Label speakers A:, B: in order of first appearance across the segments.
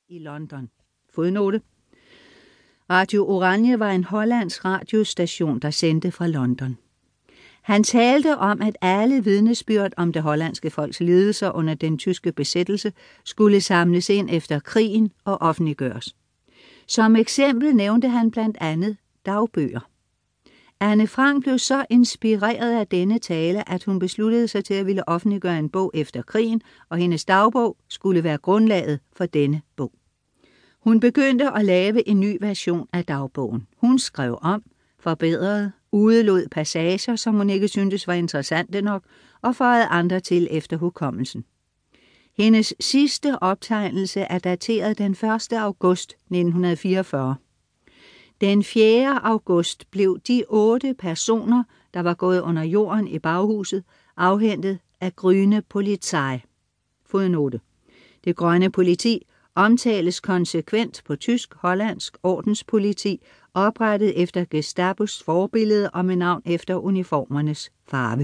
A: i London. Fodnote: Radio Oranje var en hollandsk radiostation, der sendte fra London. Han talte om, at alle vidnesbyrd om det hollandske folks lidelser under den tyske besættelse skulle samles ind efter krigen og offentliggøres. Som eksempel nævnte han blandt andet dagbøger. Anne Frank blev så inspireret af denne tale, at hun besluttede sig til at ville offentliggøre en bog efter krigen, og hendes dagbog skulle være grundlaget for denne bog. Hun begyndte at lave en ny version af dagbogen. Hun skrev om, forbedrede, udelod passager, som hun ikke syntes var interessante nok, og føjede andre til efter hukommelsen. Hendes sidste optegnelse er dateret den 1. august 1944. Den 4. august blev de 8 personer, der var gået under jorden i baghuset, afhentet af Grüne Polizei. Fodnote: Det grønne politi omtales konsekvent på tysk, hollandsk ordenspoliti, oprettet efter Gestapos forbillede og med navn efter uniformernes farve.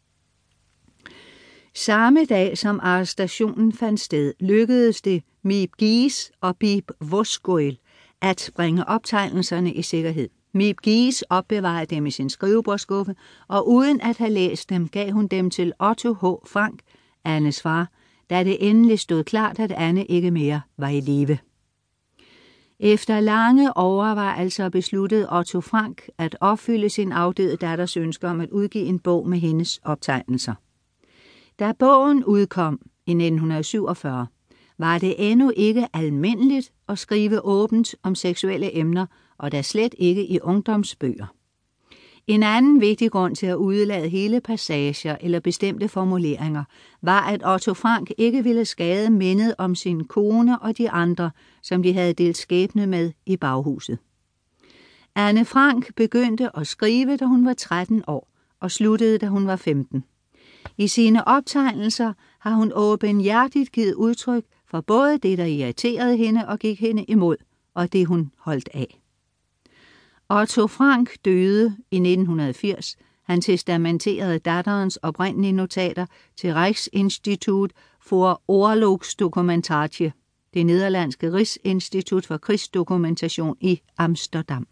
A: Samme dag som arrestationen fandt sted, lykkedes det Miep Gies og Piep Voskuil at bringe optegnelserne i sikkerhed. Miep Gies opbevarede dem i sin skrivebordsskuffe, og uden at have læst dem, gav hun dem til Otto H. Frank, Annes far, da det endelig stod klart, at Anne ikke mere var i live. Efter lange overvejelser besluttede Otto Frank at opfylde sin afdøde datters ønske om at udgive en bog med hendes optegnelser. Da bogen udkom i 1947, var det endnu ikke almindeligt at skrive åbent om seksuelle emner, og da slet ikke i ungdomsbøger. En anden vigtig grund til at udelade hele passager eller bestemte formuleringer var, at Otto Frank ikke ville skade mindet om sin kone og de andre, som de havde delt skæbne med i baghuset. Anne Frank begyndte at skrive, da hun var 13 år, og sluttede, da hun var 15. I sine optegnelser har hun åbenhjertigt givet udtryk for både det, der irriterede hende og gik hende imod, og det hun holdt af. Otto Frank døde i 1980. Han testamenterede datterens oprindelige notater til Rijksinstituut voor Oorlogsdocumentatie, det nederlandske Rigsinstitut for krigsdokumentation i Amsterdam.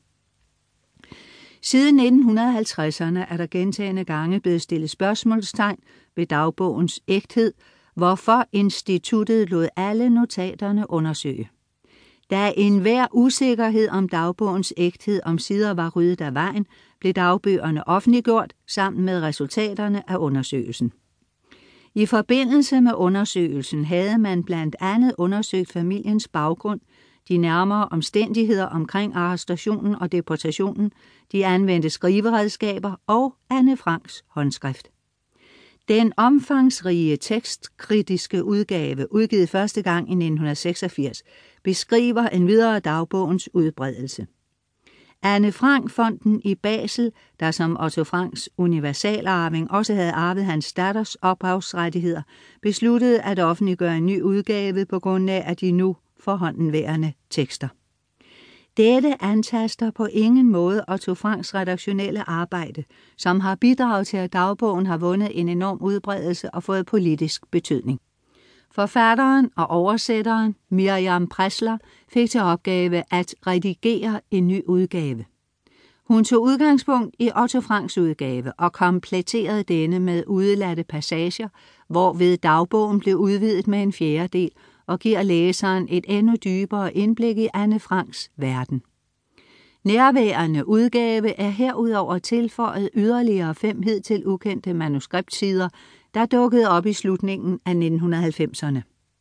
A: Siden 1950'erne er der gentagne gange blevet stillet spørgsmålstegn ved dagbogens ægthed, hvorfor instituttet lod alle notaterne undersøge. Da enhver usikkerhed om dagbogens ægthed omsider var ryddet af vejen, blev dagbøgerne offentliggjort sammen med resultaterne af undersøgelsen. I forbindelse med undersøgelsen havde man blandt andet undersøgt familiens baggrund, de nærmere omstændigheder omkring arrestationen og deportationen, de anvendte skriveredskaber og Anne Franks håndskrift. Den omfangsrige tekstkritiske udgave, udgivet første gang i 1986, beskriver endvidere dagbogens udbredelse. Anne Frank-fonden i Basel, der som Otto Franks universalarving også havde arvet hans datters ophavsrettigheder, besluttede at offentliggøre en ny udgave på grund af de nu forhåndenværende tekster. Dette antaster på ingen måde Otto Franks redaktionelle arbejde, som har bidraget til, at dagbogen har vundet en enorm udbredelse og fået politisk betydning. Forfatteren og oversætteren Mirjam Pressler fik til opgave at redigere en ny udgave. Hun tog udgangspunkt i Otto Franks udgave og kompletterede denne med udeladte passager, hvorved dagbogen blev udvidet med en 4. del og giver læseren et endnu dybere indblik i Anne Franks verden. Nærværende udgave er herudover tilføjet yderligere 5 hidtil ukendte manuskriptsider, der dukkede op i slutningen af 1990'erne.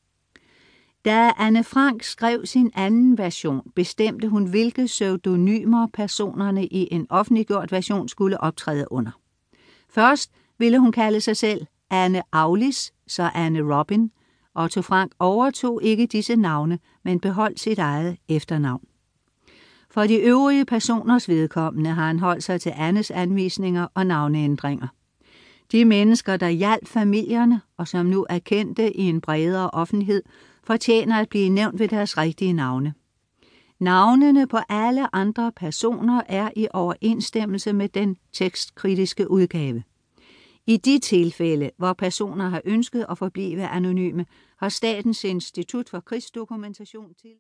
A: Da Anne Frank skrev sin anden version, bestemte hun, hvilke pseudonymer personerne i en offentliggjort version skulle optræde under. Først ville hun kalde sig selv Anne Aulis, så Anne Robin. Otto Frank overtog ikke disse navne, men beholdt sit eget efternavn. For de øvrige personers vedkommende har han holdt sig til Annes anvisninger og navneændringer. De mennesker, der hjalp familierne, og som nu er kendte i en bredere offentlighed, fortjener at blive nævnt ved deres rigtige navne. Navnene på alle andre personer er i overensstemmelse med den tekstkritiske udgave. I de tilfælde, hvor personer har ønsket at forblive anonyme, har Statens Institut for Krigsdokumentation til